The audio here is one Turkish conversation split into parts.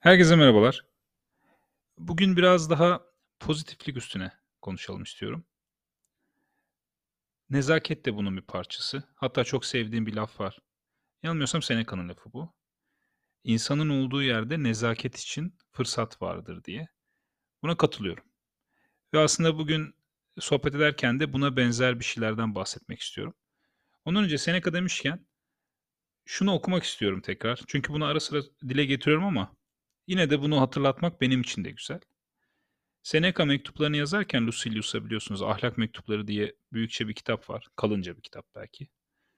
Herkese merhabalar. Bugün biraz daha pozitiflik üstüne konuşalım istiyorum. Nezaket de bunun bir parçası. Hatta çok sevdiğim bir laf var. Yanılmıyorsam Seneca'nın lafı bu. İnsanın olduğu yerde nezaket için fırsat vardır diye. Buna katılıyorum. Ve aslında bugün sohbet ederken de buna benzer bir şeylerden bahsetmek istiyorum. Ondan önce Seneca demişken şunu okumak istiyorum tekrar. Çünkü bunu ara sıra dile getiriyorum ama yine de bunu hatırlatmak benim için de güzel. Seneca mektuplarını yazarken Lucilius'a biliyorsunuz Ahlak Mektupları diye büyükçe bir kitap var. Kalınca bir kitap belki.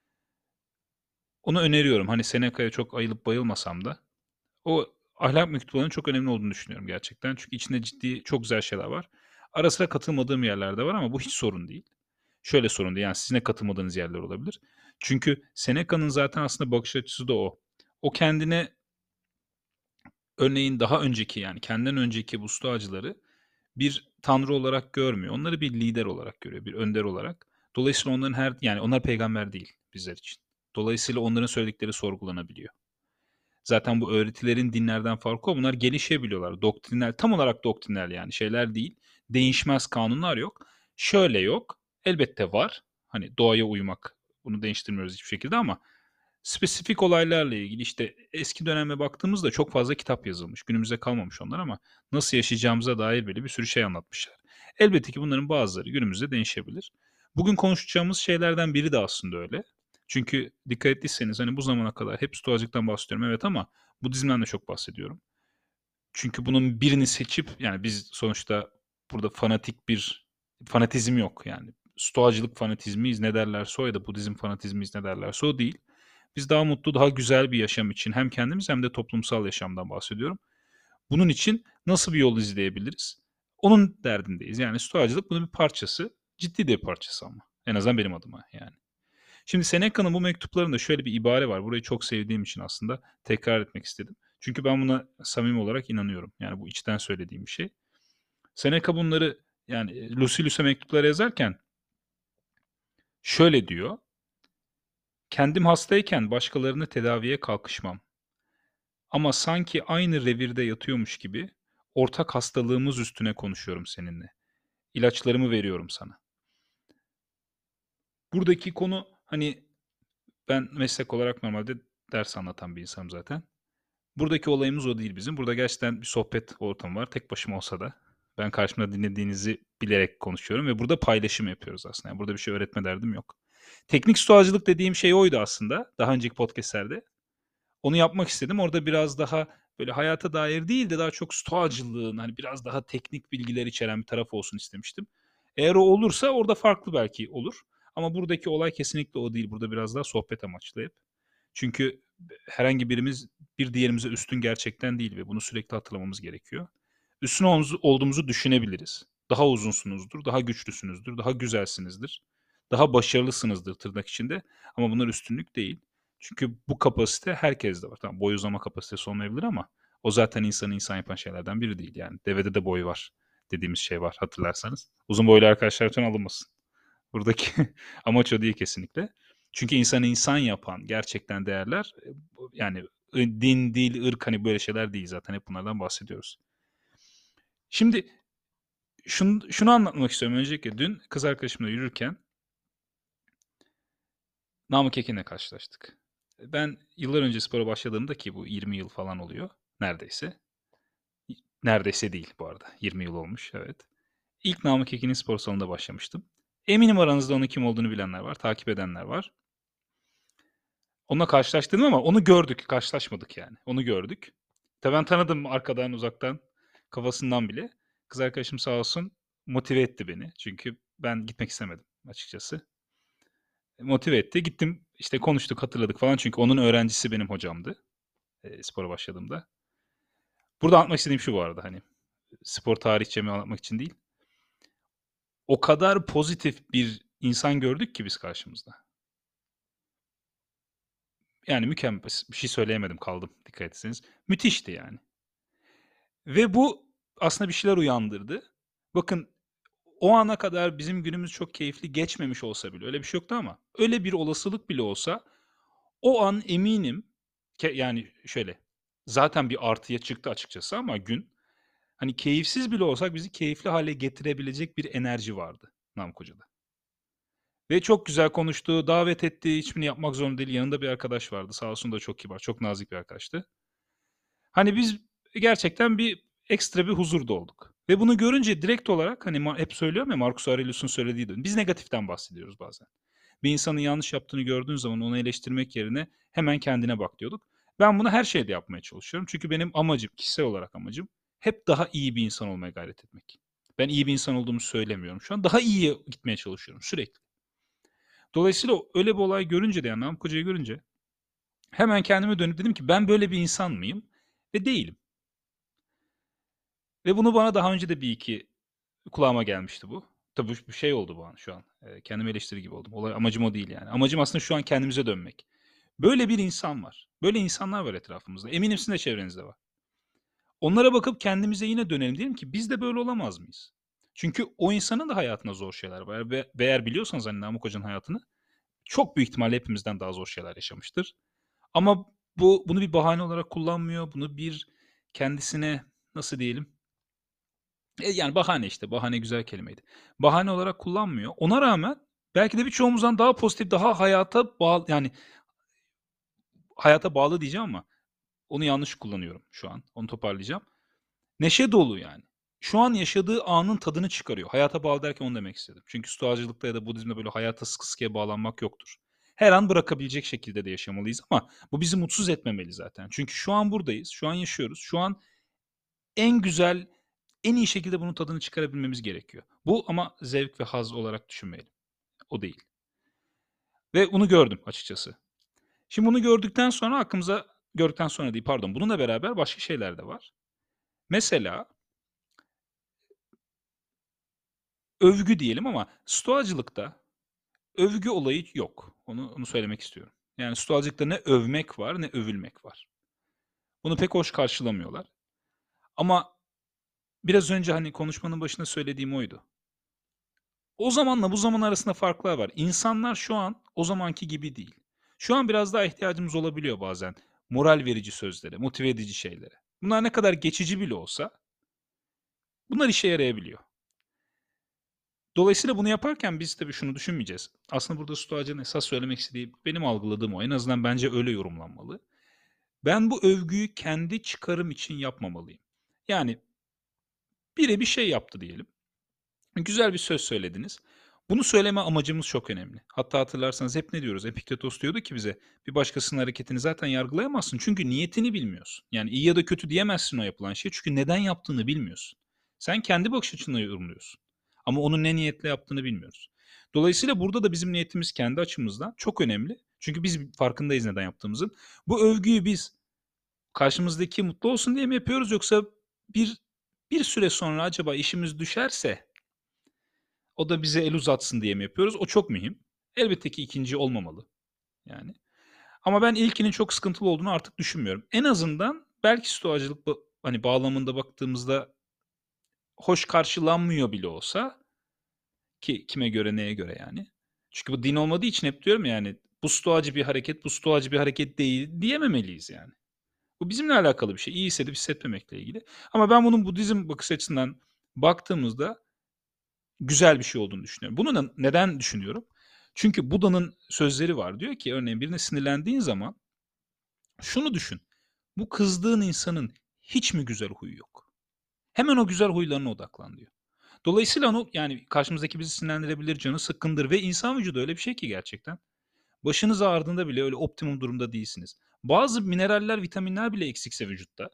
Onu öneriyorum. Hani Seneca'ya çok ayılıp bayılmasam da o ahlak mektuplarının çok önemli olduğunu düşünüyorum gerçekten. Çünkü içinde ciddi çok güzel şeyler var. Ara sıra katılmadığım yerler de var ama bu hiç sorun değil. Şöyle sorun değil yani sizin de katılmadığınız yerler olabilir. Çünkü Seneca'nın zaten aslında bakış açısı da o. O kendine örneğin daha önceki yani kendinden önceki bu stoacıları bir tanrı olarak görmüyor. Onları bir lider olarak görüyor, bir önder olarak. Dolayısıyla onların yani onlar peygamber değil bizler için. Dolayısıyla onların söyledikleri sorgulanabiliyor. Zaten bu öğretilerin dinlerden farkı o. Bunlar gelişebiliyorlar. Doktrinal, tam olarak doktrinal yani şeyler değil. Değişmez kanunlar yok. Şöyle yok. Elbette var. Hani doğaya uymak. Bunu değiştirmiyoruz hiçbir şekilde ama spesifik olaylarla ilgili işte eski döneme baktığımızda çok fazla kitap yazılmış. Günümüze kalmamış onlar ama nasıl yaşayacağımıza dair böyle bir sürü şey anlatmışlar. Elbette ki bunların bazıları günümüzde değişebilir. Bugün konuşacağımız şeylerden biri de aslında öyle. Çünkü dikkat ettiyseniz hani bu zamana kadar hep stoacılıktan bahsediyorum evet ama Budizm'den de çok bahsediyorum. Çünkü bunun birini seçip yani biz sonuçta burada fanatizm yok yani. Stoacılık fanatizmiyiz ne derlerse o ya da Budizm fanatizmiyiz ne derlerse o değil. Biz daha mutlu, daha güzel bir yaşam için hem kendimiz hem de toplumsal yaşamdan bahsediyorum. Bunun için nasıl bir yol izleyebiliriz? Onun derdindeyiz. Yani stoacılık bunun bir parçası. Ciddi de bir parçası ama. En azından benim adıma yani. Şimdi Seneca'nın bu mektuplarında şöyle bir ibare var. Burayı çok sevdiğim için aslında tekrar etmek istedim. Çünkü ben buna samimi olarak inanıyorum. Yani bu içten söylediğim bir şey. Seneca bunları yani Lucilius'a mektupları yazarken şöyle diyor. Kendim hastayken başkalarını tedaviye kalkışmam. Ama sanki aynı revirde yatıyormuş gibi ortak hastalığımız üstüne konuşuyorum seninle. İlaçlarımı veriyorum sana. Buradaki konu hani ben meslek olarak normalde ders anlatan bir insanım zaten. Buradaki olayımız o değil bizim. Burada gerçekten bir sohbet ortamı var. Tek başıma olsa da. Ben karşımda dinlediğinizi bilerek konuşuyorum ve burada paylaşım yapıyoruz aslında. Yani burada bir şey öğretme derdim yok. Teknik stoacılık dediğim şey oydu aslında. Daha önceki podcastlerde. Onu yapmak istedim. Orada biraz daha böyle hayata dair değil de daha çok stoacılığın hani biraz daha teknik bilgiler içeren bir taraf olsun istemiştim. Eğer o olursa orada farklı belki olur. Ama buradaki olay kesinlikle o değil. Burada biraz daha sohbet amaçlı hep. Çünkü herhangi birimiz bir diğerimize üstün gerçekten değil ve bunu sürekli hatırlamamız gerekiyor. Üstün olduğumuzu düşünebiliriz. Daha uzunsunuzdur, daha güçlüsünüzdür, daha güzelsinizdir, daha başarılısınızdır tırnak içinde ama bunlar üstünlük değil. Çünkü bu kapasite herkeste var. Tamam, boy uzama kapasitesi olmayabilir ama o zaten insanı insan yapan şeylerden biri değil yani. Devede de boy var dediğimiz şey var hatırlarsanız. Uzun boylu arkadaşlar lütfen alınmasın. Buradaki amaç o değil kesinlikle. Çünkü insanı insan yapan gerçekten değerler yani din, dil, ırk hani böyle şeyler değil zaten hep bunlardan bahsediyoruz. Şimdi şunu anlatmak istiyorum. Öncelikle dün kız arkadaşımla yürürken Namık Ekin'le karşılaştık. Ben yıllar önce spora başladığımda ki bu 20 yıl falan oluyor neredeyse. Neredeyse değil bu arada. 20 yıl olmuş evet. İlk Namık Ekin'in spor salonunda başlamıştım. Eminim aranızda onun kim olduğunu bilenler var, takip edenler var. Onunla karşılaştım ama onu gördük, karşılaşmadık yani. Onu gördük. Tabii ben tanıdım arkadan, uzaktan, kafasından bile. Kız arkadaşım sağ olsun motive etti beni. Çünkü ben gitmek istemedim açıkçası. Motive etti. Gittim işte konuştuk, hatırladık falan. Çünkü onun öğrencisi benim hocamdı spora başladığımda. Burada anlatmak istediğim şu bu arada hani spor tarihçemi anlatmak için değil. O kadar pozitif bir insan gördük ki biz karşımızda. Yani mükemmel. Bir şey söyleyemedim kaldım dikkat etseniz. Müthişti yani. Ve bu aslında bir şeyler uyandırdı. Bakın o ana kadar bizim günümüz çok keyifli geçmemiş olsa bile öyle bir şey yoktu ama öyle bir olasılık bile olsa o an eminim yani şöyle zaten bir artıya çıktı açıkçası ama gün, hani, keyifsiz bile olsak bizi keyifli hale getirebilecek bir enerji vardı Namık Hoca'da. Ve çok güzel konuştu, davet etti, hiçbirini yapmak zorunda değil. Yanında bir arkadaş vardı, sağ olsun da çok kibar, çok nazik bir arkadaştı. Hani, biz gerçekten bir ekstra bir huzurda olduk ve bunu görünce direkt olarak, hani, hep söylüyorum ya Marcus Aurelius'un söylediği de, biz negatiften bahsediyoruz bazen. Bir insanın yanlış yaptığını gördüğün zaman onu eleştirmek yerine hemen kendine bak diyorduk. Ben bunu her şeyde yapmaya çalışıyorum. Çünkü benim amacım, kişisel olarak amacım hep daha iyi bir insan olmaya gayret etmek. Ben iyi bir insan olduğumu söylemiyorum şu an. Daha iyiye gitmeye çalışıyorum sürekli. Dolayısıyla öyle bir olay görünce de yani Namık Hoca'yı görünce hemen kendime dönüp dedim ki ben böyle bir insan mıyım? Ve değilim. Ve bunu bana daha önce de bir iki kulağıma gelmişti bu. Tabii bu şey oldu bu an şu an. Kendimi eleştiri gibi oldum. Amacım o değil yani. Amacım aslında şu an kendimize dönmek. Böyle bir insan var. Böyle insanlar var etrafımızda. Eminim sizin de çevrenizde var. Onlara bakıp kendimize yine dönelim diyelim ki biz de böyle olamaz mıyız? Çünkü o insanın da hayatında zor şeyler var ve eğer biliyorsanız hani Namık Hoca'nın hayatını çok büyük ihtimalle hepimizden daha zor şeyler yaşamıştır. Ama bunu bir bahane olarak kullanmıyor. Bunu bir kendisine nasıl diyelim? Yani bahane işte. Bahane güzel kelimeydi. Bahane olarak kullanmıyor. Ona rağmen belki de birçoğumuzdan daha pozitif, daha hayata bağlı yani hayata bağlı diyeceğim ama onu yanlış kullanıyorum şu an. Onu toparlayacağım. Neşe dolu yani. Şu an yaşadığı anın tadını çıkarıyor. Hayata bağlı derken onu demek istedim. Çünkü Stoacılıkta ya da Budizm'de böyle hayata sıkı sıkıya bağlanmak yoktur. Her an bırakabilecek şekilde de yaşamalıyız ama bu bizi mutsuz etmemeli zaten. Çünkü şu an buradayız, şu an yaşıyoruz. Şu an en güzel, en iyi şekilde bunun tadını çıkarabilmemiz gerekiyor. Bu ama zevk ve haz olarak düşünmeyelim. O değil. Ve bunu gördüm açıkçası. Şimdi bunu gördükten sonra değil pardon, bununla beraber başka şeyler de var. Mesela övgü diyelim ama Stoacılıkta övgü olayı yok. Onu söylemek istiyorum. Yani Stoacılıkta ne övmek var ne övülmek var. Bunu pek hoş karşılamıyorlar. Ama biraz önce hani konuşmanın başında söylediğim oydu. O zamanla bu zaman arasında farklar var. İnsanlar şu an o zamanki gibi değil. Şu an biraz daha ihtiyacımız olabiliyor bazen moral verici sözlere, motive edici şeylere. Bunlar ne kadar geçici bile olsa bunlar işe yarayabiliyor. Dolayısıyla bunu yaparken biz tabii şunu düşünmeyeceğiz. Aslında burada Stoacı'nın esas söylemek istediği, benim algıladığım o. En azından bence öyle yorumlanmalı. Ben bu övgüyü kendi çıkarım için yapmamalıyım. Yani biri bir şey yaptı diyelim. Güzel bir söz söylediniz. Bunu söyleme amacımız çok önemli. Hatta hatırlarsanız hep ne diyoruz? Epiktetos diyordu ki bize, bir başkasının hareketini zaten yargılayamazsın çünkü niyetini bilmiyorsun. Yani iyi ya da kötü diyemezsin o yapılan şey çünkü neden yaptığını bilmiyorsun. Sen kendi bakış açınla yorumluyorsun. Ama onun ne niyetle yaptığını bilmiyoruz. Dolayısıyla burada da bizim niyetimiz kendi açımızdan çok önemli. Çünkü biz farkındayız neden yaptığımızın. Bu övgüyü biz karşımızdaki mutlu olsun diye mi yapıyoruz yoksa bir bir süre sonra acaba işimiz düşerse o da bize el uzatsın diye mi yapıyoruz? O çok mühim. Elbette ki ikinci olmamalı yani. Ama ben ilkinin çok sıkıntılı olduğunu artık düşünmüyorum. En azından belki stoacılık hani bağlamında baktığımızda hoş karşılanmıyor bile olsa ki kime göre neye göre yani. Çünkü bu din olmadığı için hep diyorum yani bu stoacı bir hareket, bu stoacı bir hareket değil diyememeliyiz yani. Bu bizimle alakalı bir şey. İyi hissedip hissetmemekle ilgili. Ama ben bunun Budizm bakış açısından baktığımızda güzel bir şey olduğunu düşünüyorum. Bunu neden düşünüyorum? Çünkü Buda'nın sözleri var. Diyor ki örneğin birine sinirlendiğin zaman şunu düşün. Bu kızdığın insanın hiç mi güzel huyu yok? Hemen o güzel huylarına odaklan diyor. Dolayısıyla onu yani karşımızdaki bizi sinirlendirebilir, canı sıkkındır ve insan vücudu öyle bir şey ki gerçekten. Başınız ağrıdığında bile öyle optimum durumda değilsiniz. Bazı mineraller, vitaminler bile eksikse vücutta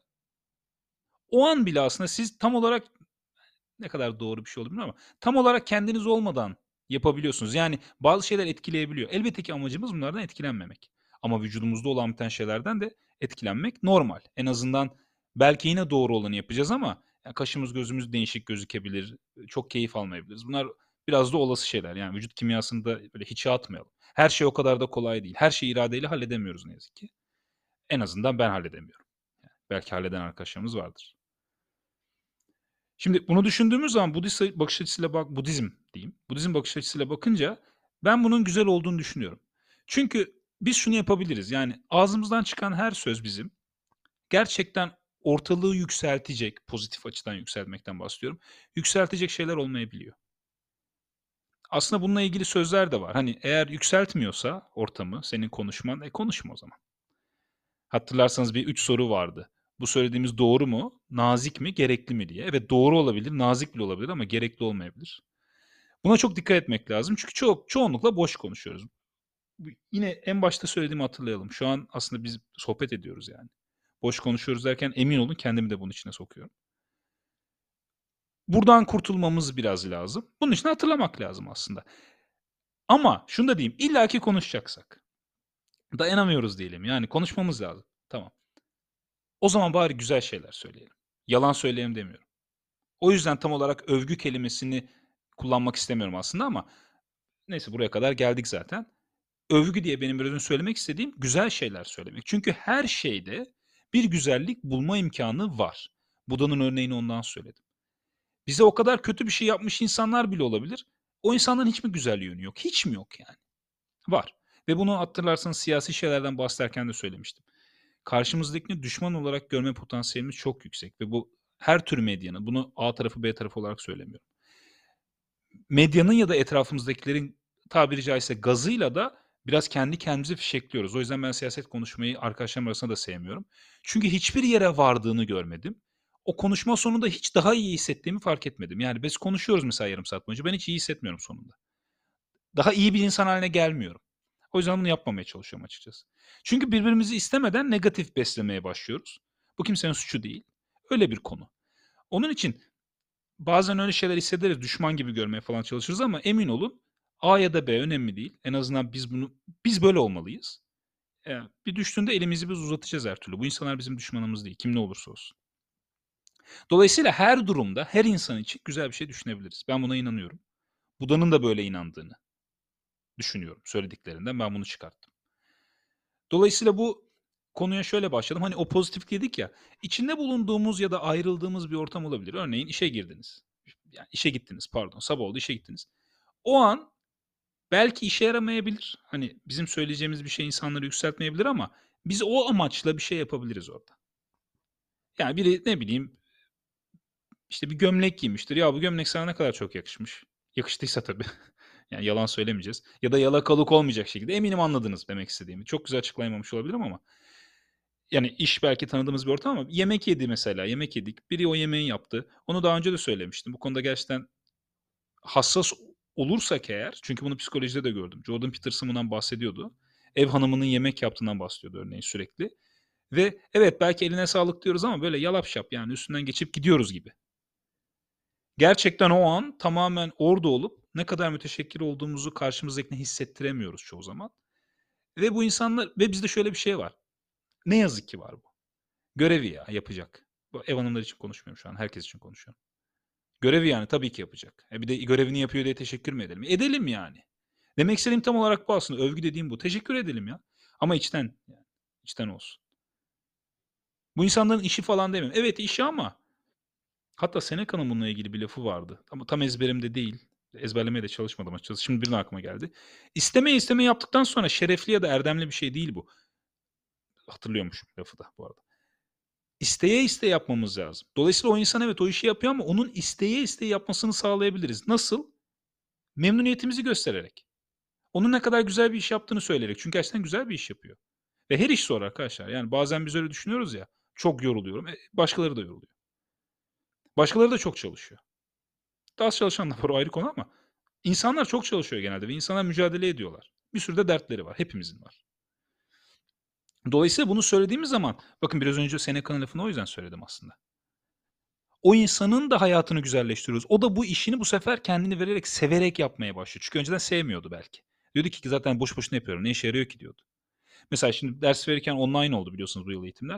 o an bile aslında siz tam olarak ne kadar doğru bir şey olur bilmiyorum ama tam olarak kendiniz olmadan yapabiliyorsunuz. Yani bazı şeyler etkileyebiliyor. Elbette ki amacımız bunlardan etkilenmemek. Ama vücudumuzda olan biten şeylerden de etkilenmek normal. En azından belki yine doğru olanı yapacağız ama kaşımız gözümüz değişik gözükebilir. Çok keyif almayabiliriz. Bunlar biraz da olası şeyler. Yani vücut kimyasını da böyle hiçe atmayalım. Her şey o kadar da kolay değil. Her şeyi iradeyle halledemiyoruz ne yazık ki. En azından ben halledemiyorum. Yani belki halleden arkadaşlarımız vardır. Şimdi bunu düşündüğümüz zaman Budizm diyeyim. Budizm bakış açısıyla bakınca ben bunun güzel olduğunu düşünüyorum. Çünkü biz şunu yapabiliriz. Yani ağzımızdan çıkan her söz bizim Gerçekten ortalığı yükseltecek, pozitif açıdan yükseltmekten bahsediyorum, yükseltecek şeyler olmayabiliyor. Aslında bununla ilgili sözler de var. Hani eğer yükseltmiyorsa ortamı senin konuşman, konuşma o zaman. Hatırlarsanız bir 3 soru vardı. Bu söylediğimiz doğru mu, nazik mi, gerekli mi diye. Evet, doğru olabilir, nazik bile olabilir ama gerekli olmayabilir. Buna çok dikkat etmek lazım çünkü çoğunlukla boş konuşuyoruz. Yine en başta söylediğimi hatırlayalım. Şu an aslında biz sohbet ediyoruz yani. Boş konuşuyoruz derken emin olun kendimi de bunun içine sokuyorum. Buradan kurtulmamız biraz lazım. Bunun için hatırlamak lazım aslında. Ama şunu da diyeyim, illaki konuşacaksak, dayanamıyoruz diyelim, yani konuşmamız lazım. Tamam. O zaman bari güzel şeyler söyleyelim. Yalan söyleyelim demiyorum. O yüzden tam olarak övgü kelimesini kullanmak istemiyorum aslında ama neyse buraya kadar geldik zaten. Övgü diye benim biraz önce söylemek istediğim güzel şeyler söylemek. Çünkü her şeyde bir güzellik bulma imkânı var. Buda'nın örneğini ondan söyledim. Bize o kadar kötü bir şey yapmış insanlar bile olabilir. O insanların hiç mi güzel yönü yok? Hiç mi yok yani? Var. Ve bunu hatırlarsanız siyasi şeylerden bahsederken de söylemiştim. Karşımızdakini düşman olarak görme potansiyelimiz çok yüksek ve bu her tür medyanın, bunu A tarafı B tarafı olarak söylemiyorum. Medyanın ya da etrafımızdakilerin tabiri caizse gazıyla da biraz kendi kendimizi fişekliyoruz. O yüzden ben siyaset konuşmayı arkadaşlarım arasında da sevmiyorum. Çünkü hiçbir yere vardığını görmedim. O konuşma sonunda hiç daha iyi hissettiğimi fark etmedim. Yani biz konuşuyoruz mesela yarım saat boyunca. Ben hiç iyi hissetmiyorum sonunda. Daha iyi bir insan haline gelmiyorum. O yüzden bunu yapmamaya çalışıyorum açıkçası. Çünkü birbirimizi istemeden negatif beslemeye başlıyoruz. Bu kimsenin suçu değil. Öyle bir konu. Onun için bazen öyle şeyler hissederiz, düşman gibi görmeye falan çalışırız ama emin olun A ya da B önemli değil. En azından biz böyle olmalıyız. Bir düştüğünde elimizi biz uzatacağız her türlü. Bu insanlar bizim düşmanımız değil, kim ne olursa olsun. Dolayısıyla her durumda, her insan için güzel bir şey düşünebiliriz. Ben buna inanıyorum. Buda'nın da böyle inandığını düşünüyorum söylediklerinden. Ben bunu çıkarttım. Dolayısıyla bu konuya şöyle başladım. Hani o pozitif dedik ya, içinde bulunduğumuz ya da ayrıldığımız bir ortam olabilir. Örneğin işe girdiniz. Yani işe gittiniz pardon. Sabah oldu işe gittiniz. O an belki işe yaramayabilir. Hani bizim söyleyeceğimiz bir şey insanları yükseltmeyebilir ama biz o amaçla bir şey yapabiliriz orada. Yani biri ne bileyim işte bir gömlek giymiştir. Ya bu gömlek sana ne kadar çok yakışmış. Yakıştıysa tabii. Yani yalan söylemeyeceğiz. Ya da yalakalık olmayacak şekilde. Eminim anladınız demek istediğimi. Çok güzel açıklayamamış olabilirim ama. Yani iş belki tanıdığımız bir ortam ama yemek yedi mesela. Yemek yedik. Biri o yemeği yaptı. Onu daha önce de söylemiştim. Bu konuda gerçekten hassas olursak eğer, çünkü bunu psikolojide de gördüm. Jordan Peterson bundan bahsediyordu. Ev hanımının yemek yaptığından bahsediyordu örneğin sürekli. Ve evet belki eline sağlık diyoruz ama böyle yalap şap yani üstünden geçip gidiyoruz gibi. Gerçekten o an tamamen orada olup ne kadar müteşekkir olduğumuzu karşımızdakine hissettiremiyoruz çoğu zaman. Ve bu insanlar ve bizde şöyle bir şey var. Ne yazık ki var bu. Görevi ya yapacak. Bu ev hanımları için konuşmuyorum şu an. Herkes için konuşuyorum. Görevi yani tabii ki yapacak. Bir de görevini yapıyor diye teşekkür mü edelim? Edelim yani. Demek istediğim tam olarak bu aslında. Övgü dediğim bu. Teşekkür edelim ya. Ama içten yani. İçten olsun. Bu insanların işi falan demiyorum. Evet işi ama hatta Seneca'nın bununla ilgili bir lafı vardı. Ama tam ezberimde değil. Ezberlemeye de çalışmadım açıkçası. Şimdi birden aklıma geldi. İsteme yaptıktan sonra şerefli ya da erdemli bir şey değil bu. Hatırlıyormuşum lafı da bu arada. İsteye isteye yapmamız lazım. Dolayısıyla o insan evet o işi yapıyor ama onun isteye isteye yapmasını sağlayabiliriz. Nasıl? Memnuniyetimizi göstererek. Onun ne kadar güzel bir iş yaptığını söyleyerek. Çünkü gerçekten güzel bir iş yapıyor. Ve her iş zor arkadaşlar. Yani bazen biz öyle düşünüyoruz ya. Çok yoruluyorum. Başkaları da yoruluyor. Başkaları da çok çalışıyor. Daha az çalışan da var o ayrı konu ama insanlar çok çalışıyor genelde ve insanlar mücadele ediyorlar. Bir sürü de dertleri var. Hepimizin var. Dolayısıyla bunu söylediğimiz zaman bakın biraz önce Seneca'nın lafını o yüzden söyledim aslında. O insanın da hayatını güzelleştiriyoruz. O da bu işini bu sefer kendini vererek, severek yapmaya başlıyor. Çünkü önceden sevmiyordu belki. Diyordu ki zaten boş boşuna yapıyorum. Ne işe yarıyor ki diyordu. Mesela şimdi ders verirken online oldu biliyorsunuz bu yıl eğitimler.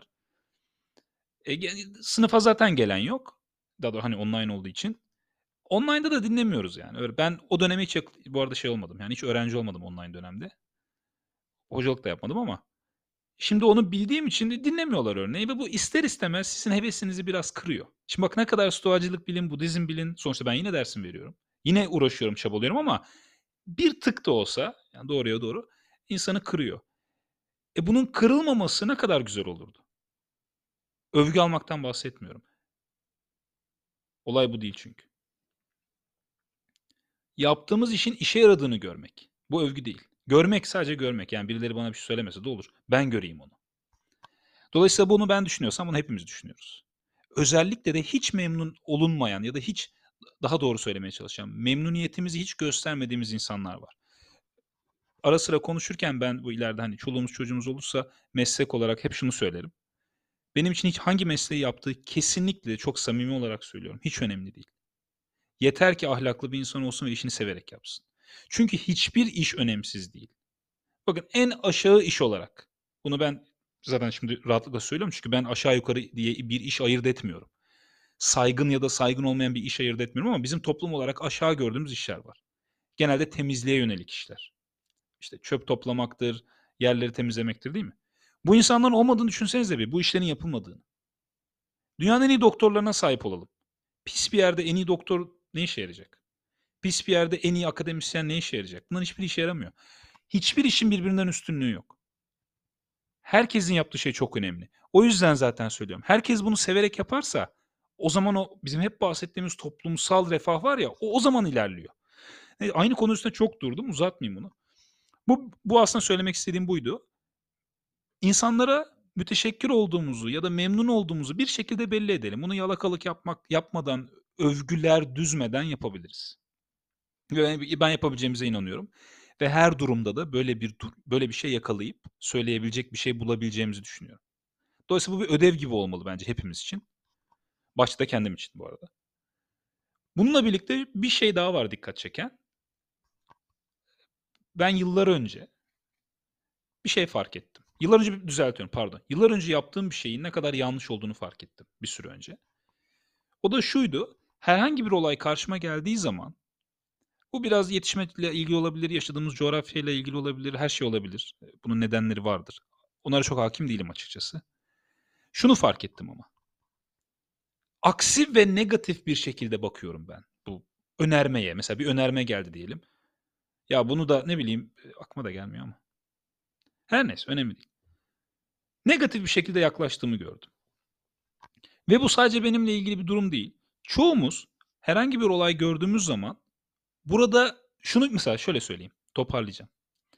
Sınıfa zaten gelen yok. Daha da hani online olduğu için. Online'da da dinlemiyoruz yani. Öyle ben o döneme hiç bu arada şey olmadım. Yani hiç öğrenci olmadım online dönemde. Hocalık da yapmadım ama şimdi onu bildiğim için de dinlemiyorlar örneği ve bu ister istemez sizin hevesinizi biraz kırıyor. Şimdi bak ne kadar stoacılık bilin, Budizm bilin. Sonuçta ben yine dersim veriyorum. Yine uğraşıyorum, çabalıyorum ama bir tık da olsa, yani doğruya doğru insanı kırıyor. Bunun kırılmaması ne kadar güzel olurdu. Övgü almaktan bahsetmiyorum. Olay bu değil çünkü. Yaptığımız işin işe yaradığını görmek. Bu övgü değil. Görmek, sadece görmek. Yani birileri bana bir şey söylemese de olur. Ben göreyim onu. Dolayısıyla bunu ben düşünüyorsam bunu hepimiz düşünüyoruz. Özellikle de hiç memnun olunmayan ya da hiç, daha doğru söylemeye çalışacağım, memnuniyetimizi hiç göstermediğimiz insanlar var. Ara sıra konuşurken ben bu ileride hani çoluğumuz çocuğumuz olursa meslek olarak hep şunu söylerim. Benim için hiç hangi mesleği yaptığı kesinlikle, çok samimi olarak söylüyorum, hiç önemli değil. Yeter ki ahlaklı bir insan olsun ve işini severek yapsın. Çünkü hiçbir iş önemsiz değil. Bakın en aşağı iş olarak, bunu ben zaten şimdi rahatlıkla söylüyorum çünkü ben aşağı yukarı diye bir iş ayırt etmiyorum. Saygın ya da saygın olmayan bir iş ayırt etmiyorum ama bizim toplum olarak aşağı gördüğümüz işler var. Genelde temizliğe yönelik işler. İşte çöp toplamaktır, yerleri temizlemektir, değil mi? Bu insanların olmadığını düşünsenize bir, bu işlerin yapılmadığını. Dünyanın en iyi doktorlarına sahip olalım. Pis bir yerde en iyi doktor ne işe yarayacak? Pis bir yerde en iyi akademisyen ne işe yarayacak? Bunların hiçbir işe yaramıyor. Hiçbir işin birbirinden üstünlüğü yok. Herkesin yaptığı şey çok önemli. O yüzden zaten söylüyorum. Herkes bunu severek yaparsa o zaman o bizim hep bahsettiğimiz toplumsal refah var ya, o zaman ilerliyor. Aynı konu üstüne çok durdum, uzatmayayım bunu. Bu aslında söylemek istediğim buydu. İnsanlara müteşekkir olduğumuzu ya da memnun olduğumuzu bir şekilde belli edelim. Bunu yalakalık yapmadan, övgüler düzmeden yapabiliriz. Ve ben yapabileceğimize inanıyorum. Ve her durumda da böyle bir şey yakalayıp söyleyebilecek bir şey bulabileceğimizi düşünüyorum. Dolayısıyla bu bir ödev gibi olmalı bence hepimiz için. Başta kendim için bu arada. Bununla birlikte bir şey daha var dikkat çeken. Ben yıllar önce bir şey fark ettim. Yıllar önce düzeltiyorum, pardon. Yıllar önce yaptığım bir şeyin ne kadar yanlış olduğunu fark ettim bir süre önce. O da şuydu. Herhangi bir olay karşıma geldiği zaman, bu biraz yetişmekle ilgili olabilir, yaşadığımız coğrafyayla ilgili olabilir, her şey olabilir. Bunun nedenleri vardır. Onlara çok hakim değilim açıkçası. Şunu fark ettim ama. Aksi ve negatif bir şekilde bakıyorum ben bu önermeye. Mesela bir önerme geldi diyelim. Ya bunu da ne bileyim, aklıma da gelmiyor ama. Her neyse, önemli değil. Negatif bir şekilde yaklaştığımı gördüm. Ve bu sadece benimle ilgili bir durum değil. Çoğumuz herhangi bir olay gördüğümüz zaman burada şunu mesela şöyle söyleyeyim, toparlayacağım.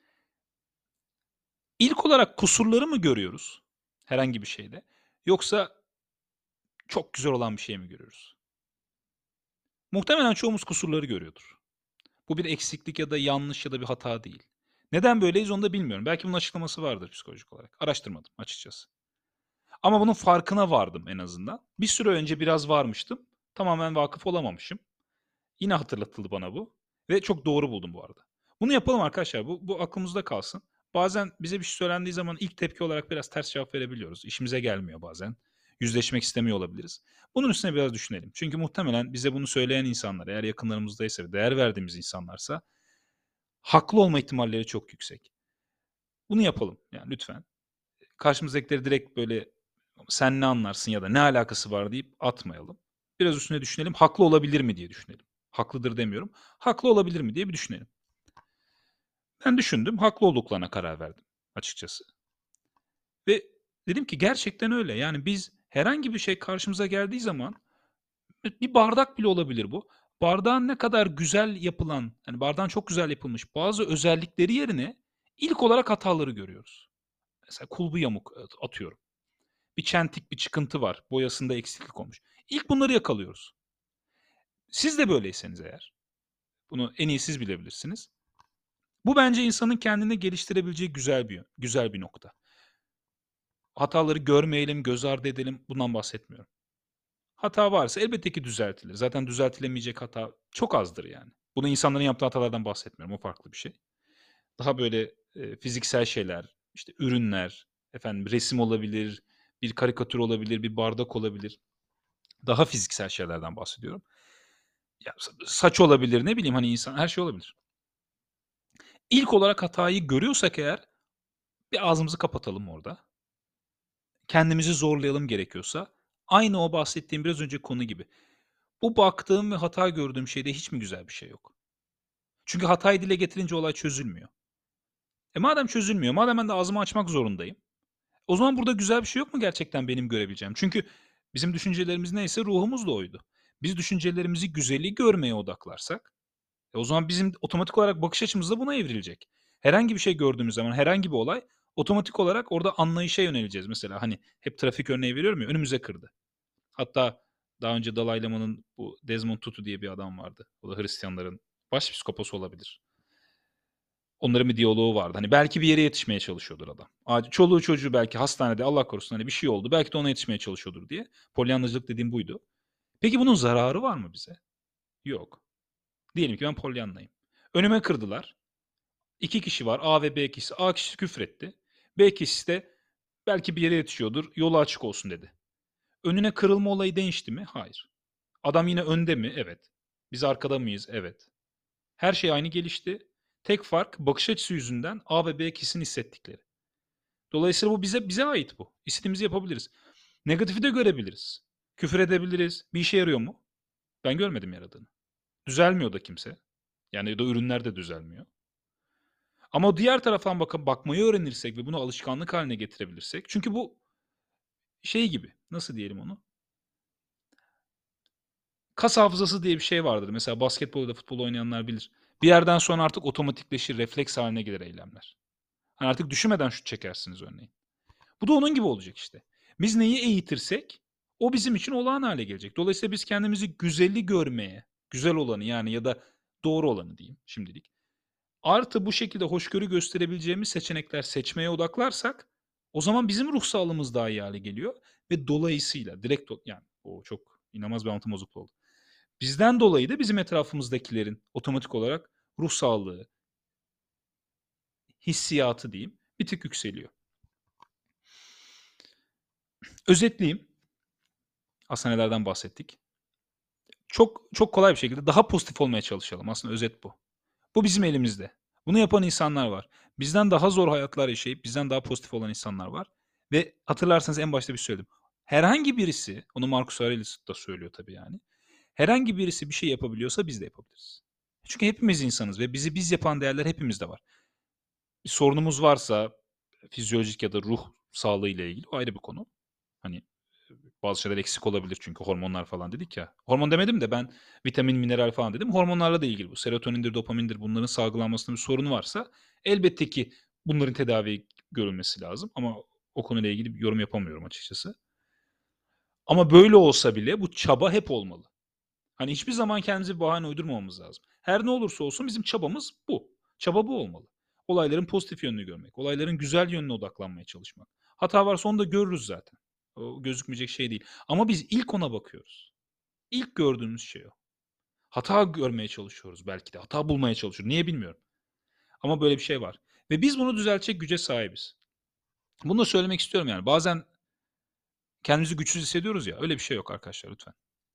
İlk olarak kusurları mı görüyoruz herhangi bir şeyde, yoksa çok güzel olan bir şey mi görüyoruz? Muhtemelen çoğumuz kusurları görüyordur. Bu bir eksiklik ya da yanlış ya da bir hata değil. Neden böyleyiz onu da bilmiyorum. Belki bunun açıklaması vardır psikolojik olarak. Araştırmadım açıkçası. Ama bunun farkına vardım en azından. Bir süre önce biraz varmıştım. Tamamen vakıf olamamışım. Yine hatırlatıldı bana bu ve çok doğru buldum bu arada. Bunu yapalım arkadaşlar. Bu aklımızda kalsın. Bazen bize bir şey söylendiği zaman ilk tepki olarak biraz ters cevap verebiliyoruz. İşimize gelmiyor bazen. Yüzleşmek istemiyor olabiliriz. Bunun üstüne biraz düşünelim. Çünkü muhtemelen bize bunu söyleyen insanlar, eğer yakınlarımızdaysa ve değer verdiğimiz insanlarsa, haklı olma ihtimalleri çok yüksek. Bunu yapalım yani lütfen. Karşımızdakileri direkt böyle sen ne anlarsın ya da ne alakası var deyip atmayalım. Biraz üstüne düşünelim. Haklı olabilir mi diye düşünelim. Haklıdır demiyorum. Haklı olabilir mi diye bir düşünelim. Ben düşündüm. Haklı olduklarına karar verdim açıkçası. Ve dedim ki gerçekten öyle. Yani biz herhangi bir şey karşımıza geldiği zaman, bir bardak bile olabilir bu. Bardağın ne kadar güzel yapılan, yani bardağın çok güzel yapılmış bazı özellikleri yerine ilk olarak hataları görüyoruz. Mesela kulbu yamuk, atıyorum. Bir çentik, bir çıkıntı var. Boyasında eksiklik olmuş. İlk bunları yakalıyoruz. Siz de böyleyseniz eğer, bunu en iyi siz bilebilirsiniz. Bu bence insanın kendini geliştirebileceği güzel bir nokta. Hataları görmeyelim, göz ardı edelim, bundan bahsetmiyorum. Hata varsa elbette ki düzeltilir. Zaten düzeltilemeyecek hata çok azdır yani. Bunu insanların yaptığı hatalardan bahsetmiyorum, o farklı bir şey. Daha böyle, fiziksel şeyler, işte ürünler, efendim resim olabilir, bir karikatür olabilir, bir bardak olabilir. Daha fiziksel şeylerden bahsediyorum. Ya, saç olabilir, ne bileyim, hani, insan her şey olabilir. İlk olarak hatayı görüyorsak eğer, bir ağzımızı kapatalım orada. Kendimizi zorlayalım gerekiyorsa. Aynı o bahsettiğim biraz önceki konu gibi. Bu baktığım ve hata gördüğüm şeyde hiç mi güzel bir şey yok? Çünkü hatayı dile getirince olay çözülmüyor. Madem çözülmüyor, madem ben de ağzımı açmak zorundayım, O zaman burada güzel bir şey yok mu gerçekten benim görebileceğim? Çünkü bizim düşüncelerimiz neyse ruhumuz da oydu. Biz düşüncelerimizi güzeli görmeye odaklarsak, o zaman bizim otomatik olarak bakış açımız da buna evrilecek. Herhangi bir şey gördüğümüz zaman, herhangi bir olay, otomatik olarak orada anlayışa yöneleceğiz. Mesela hani hep trafik örneği veriyorum ya, önümüze kırdı. Hatta daha önce Dalai Lama'nın bu Desmond Tutu diye bir adam vardı. O da Hristiyanların başpiskoposu olabilir. Onların bir diyaloğu vardı. Hani belki bir yere yetişmeye çalışıyordur adam. Çoluğu çocuğu belki hastanede, Allah korusun, hani bir şey oldu. Belki de ona yetişmeye çalışıyordur diye. Polyanlacılık dediğim buydu. Peki bunun zararı var mı bize? Yok. Diyelim ki ben polyanlayım. Önüme kırdılar. İki kişi var. A ve B kişisi. A kişisi küfretti. B kişisi de belki bir yere yetişiyordur. Yolu açık olsun dedi. Önüne kırılma olayı değişti mi? Hayır. Adam yine önde mi? Evet. Biz arkada mıyız? Evet. Her şey aynı gelişti. Tek fark bakış açısı yüzünden A ve B kişisinin hissettikleri. Dolayısıyla bu bize ait bu. İstediğimizi yapabiliriz. Negatifi de görebiliriz. Küfür edebiliriz. Bir işe yarıyor mu? Ben görmedim yaradığını. Düzelmiyor da kimse. Yani da ürünler de düzelmiyor. Ama o diğer taraftan bakmayı öğrenirsek ve bunu alışkanlık haline getirebilirsek. Çünkü bu şey gibi. Nasıl diyelim onu? Kas hafızası diye bir şey vardır. Mesela basketbol ya da futbol oynayanlar bilir. Bir yerden sonra artık otomatikleşir, refleks haline gelir eylemler. Hani artık düşünmeden şut çekersiniz örneğin. Bu da onun gibi olacak işte. Biz neyi eğitirsek o bizim için olağan hale gelecek. Dolayısıyla biz kendimizi güzeli görmeye, güzel olanı yani ya da doğru olanı diyeyim şimdilik. Artı bu şekilde hoşgörü gösterebileceğimiz seçenekler seçmeye odaklarsak o zaman bizim ruh sağlığımız daha iyi hale geliyor ve dolayısıyla yani o çok inanılmaz bir anlatım bozukluğu oldu. Bizden dolayı da bizim etrafımızdakilerin otomatik olarak ruh sağlığı, hissiyatı diyeyim bir tık yükseliyor. Özetleyeyim. Aslında nelerden bahsettik? Çok çok kolay bir şekilde daha pozitif olmaya çalışalım. Aslında özet bu. Bu bizim elimizde. Bunu yapan insanlar var. Bizden daha zor hayatlar yaşayıp bizden daha pozitif olan insanlar var. Ve hatırlarsanız en başta bir söyledim. Herhangi birisi, onu Marcus Aurelius da söylüyor tabii yani. Herhangi birisi bir şey yapabiliyorsa biz de yapabiliriz. Çünkü hepimiz insanız ve bizi biz yapan değerler hepimizde var. Bir sorunumuz varsa fizyolojik ya da ruh sağlığı ile ilgili o ayrı bir konu. Hani bazı şeyler eksik olabilir çünkü hormonlar falan dedik ya. Hormon demedim de ben vitamin, mineral falan dedim. Hormonlarla da ilgili bu. Serotonindir, dopamindir bunların salgılanmasında bir sorunu varsa elbette ki bunların tedavi görülmesi lazım. Ama o konuyla ilgili bir yorum yapamıyorum açıkçası. Ama böyle olsa bile bu çaba hep olmalı. Hani hiçbir zaman kendimize bir bahane uydurmamamız lazım. Her ne olursa olsun bizim çabamız bu. Çaba bu olmalı. Olayların pozitif yönünü görmek, olayların güzel yönüne odaklanmaya çalışmak. Hata varsa onu da görürüz zaten. O gözükmeyecek şey değil. Ama biz ilk ona bakıyoruz. İlk gördüğümüz şey o. Hata görmeye çalışıyoruz belki de. Hata bulmaya çalışıyoruz. Niye bilmiyorum. Ama böyle bir şey var. Ve biz bunu düzeltecek güce sahibiz. Bunu da söylemek istiyorum yani. Bazen kendimizi güçsüz hissediyoruz ya. Öyle bir şey yok arkadaşlar lütfen.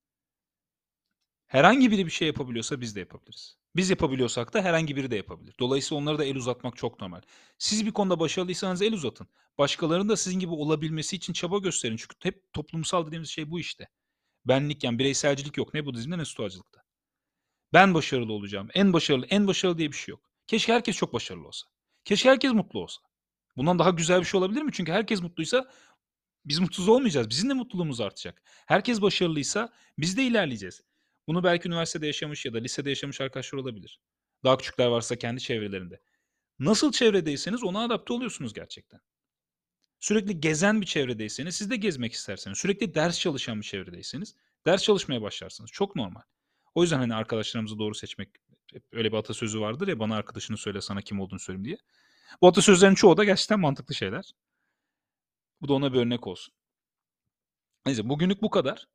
Herhangi biri bir şey yapabiliyorsa biz de yapabiliriz. Biz yapabiliyorsak da herhangi biri de yapabilir. Dolayısıyla onlara da el uzatmak çok normal. Siz bir konuda başarılıysanız el uzatın. Başkalarının da sizin gibi olabilmesi için çaba gösterin. Çünkü hep toplumsal dediğimiz şey bu işte. Benlik yani bireyselcilik yok. Ne Budizm'de ne Stoacılıkta. Ben başarılı olacağım. En başarılı diye bir şey yok. Keşke herkes çok başarılı olsa. Keşke herkes mutlu olsa. Bundan daha güzel bir şey olabilir mi? Çünkü herkes mutluysa biz mutsuz olmayacağız. Bizim de mutluluğumuz artacak. Herkes başarılıysa biz de ilerleyeceğiz. Bunu belki üniversitede yaşamış ya da lisede yaşamış arkadaşlar olabilir. Daha küçükler varsa kendi çevrelerinde. Nasıl çevredeyseniz ona adapte oluyorsunuz gerçekten. Sürekli gezen bir çevredeyseniz siz de gezmek isterseniz, sürekli ders çalışan bir çevredeyseniz ders çalışmaya başlarsınız. Çok normal. O yüzden hani arkadaşlarımızı doğru seçmek, hep öyle bir atasözü vardır ya, bana arkadaşını söyle sana kim olduğunu söyleyeyim diye. Bu atasözlerinin çoğu da gerçekten mantıklı şeyler. Bu da ona bir örnek olsun. Neyse bugünlük bu kadar.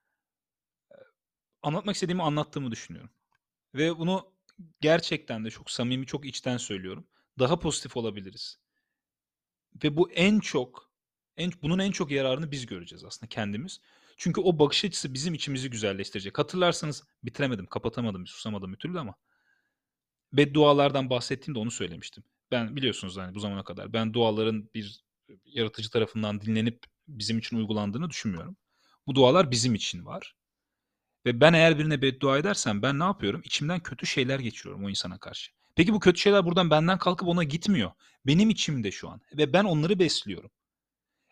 Anlatmak istediğimi anlattığımı düşünüyorum. Ve bunu gerçekten de çok samimi, çok içten söylüyorum. Daha pozitif olabiliriz. Ve bu bunun en çok yararını biz göreceğiz aslında kendimiz. Çünkü o bakış açısı bizim içimizi güzelleştirecek. Hatırlarsanız bitiremedim, kapatamadım, susamadım bir türlü ama beddualardan bahsettiğimde onu söylemiştim. Ben biliyorsunuz hani bu zamana kadar ben duaların bir yaratıcı tarafından dinlenip bizim için uygulandığını düşünmüyorum. Bu dualar bizim için var. Ve ben eğer birine beddua edersem ben ne yapıyorum? İçimden kötü şeyler geçiriyorum o insana karşı. Peki bu kötü şeyler buradan benden kalkıp ona gitmiyor. Benim içimde şu an ve ben onları besliyorum.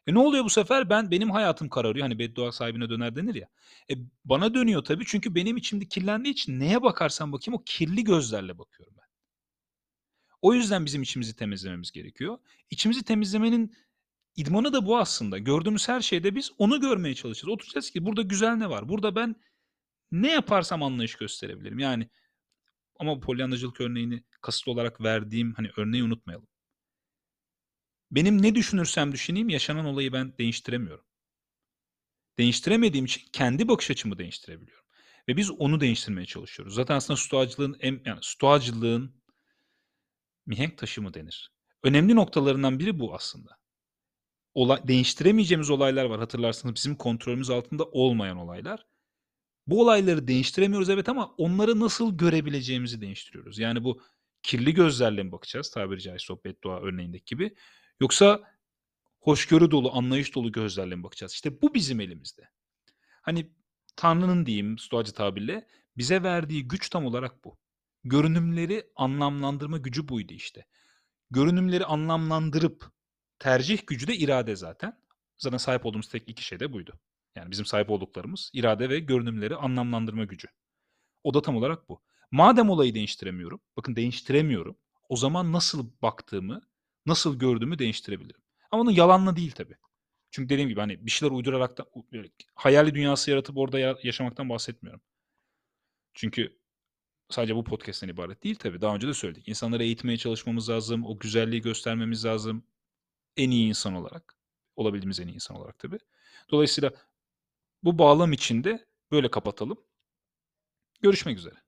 Ne oluyor bu sefer? Benim hayatım kararıyor. Hani beddua sahibine döner denir ya. E, bana dönüyor tabii çünkü benim içimde kirlendiği için neye bakarsam bakayım o kirli gözlerle bakıyorum ben. O yüzden bizim içimizi temizlememiz gerekiyor. İçimizi temizlemenin idmanı da bu aslında. Gördüğümüz her şeyde biz onu görmeye çalışacağız. Oturacağız ki burada güzel ne var? Burada ben ne yaparsam anlayış gösterebilirim. Yani ama bu polyanacılık örneğini kasıtlı olarak verdiğim, hani, örneği unutmayalım. Benim ne düşünürsem düşüneyim yaşanan olayı ben değiştiremiyorum. Değiştiremediğim için kendi bakış açımı değiştirebiliyorum ve biz onu değiştirmeye çalışıyoruz. Zaten aslında stoacılığın mihenk taşı mı denir? Önemli noktalarından biri bu aslında. Değiştiremeyeceğimiz olaylar var hatırlarsanız bizim kontrolümüz altında olmayan olaylar. Bu olayları değiştiremiyoruz evet ama onları nasıl görebileceğimizi değiştiriyoruz. Yani bu kirli gözlerle mi bakacağız tabiri caizse o beddua örneğindeki gibi yoksa hoşgörü dolu, anlayış dolu gözlerle mi bakacağız? İşte bu bizim elimizde. Hani Tanrı'nın diyeyim stoacı tabirle bize verdiği güç tam olarak bu. Görünümleri anlamlandırma gücü buydu işte. Görünümleri anlamlandırıp tercih gücü de irade zaten. Zaten sahip olduğumuz tek 2 şey de buydu. Yani bizim sahip olduklarımız irade ve görünümleri anlamlandırma gücü. O da tam olarak bu. Madem olayı değiştiremiyorum, bakın değiştiremiyorum. O zaman nasıl baktığımı, nasıl gördüğümü değiştirebilirim. Ama bunu yalanla değil tabii. Çünkü dediğim gibi hani bir şeyler uydurarak da hayali dünyası yaratıp orada yaşamaktan bahsetmiyorum. Çünkü sadece bu podcast'ten ibaret değil tabii. Daha önce de söyledik. İnsanları eğitmeye çalışmamız lazım. O güzelliği göstermemiz lazım. En iyi insan olarak. Olabildiğimiz en iyi insan olarak tabii. Dolayısıyla bu bağlam içinde böyle kapatalım. Görüşmek üzere.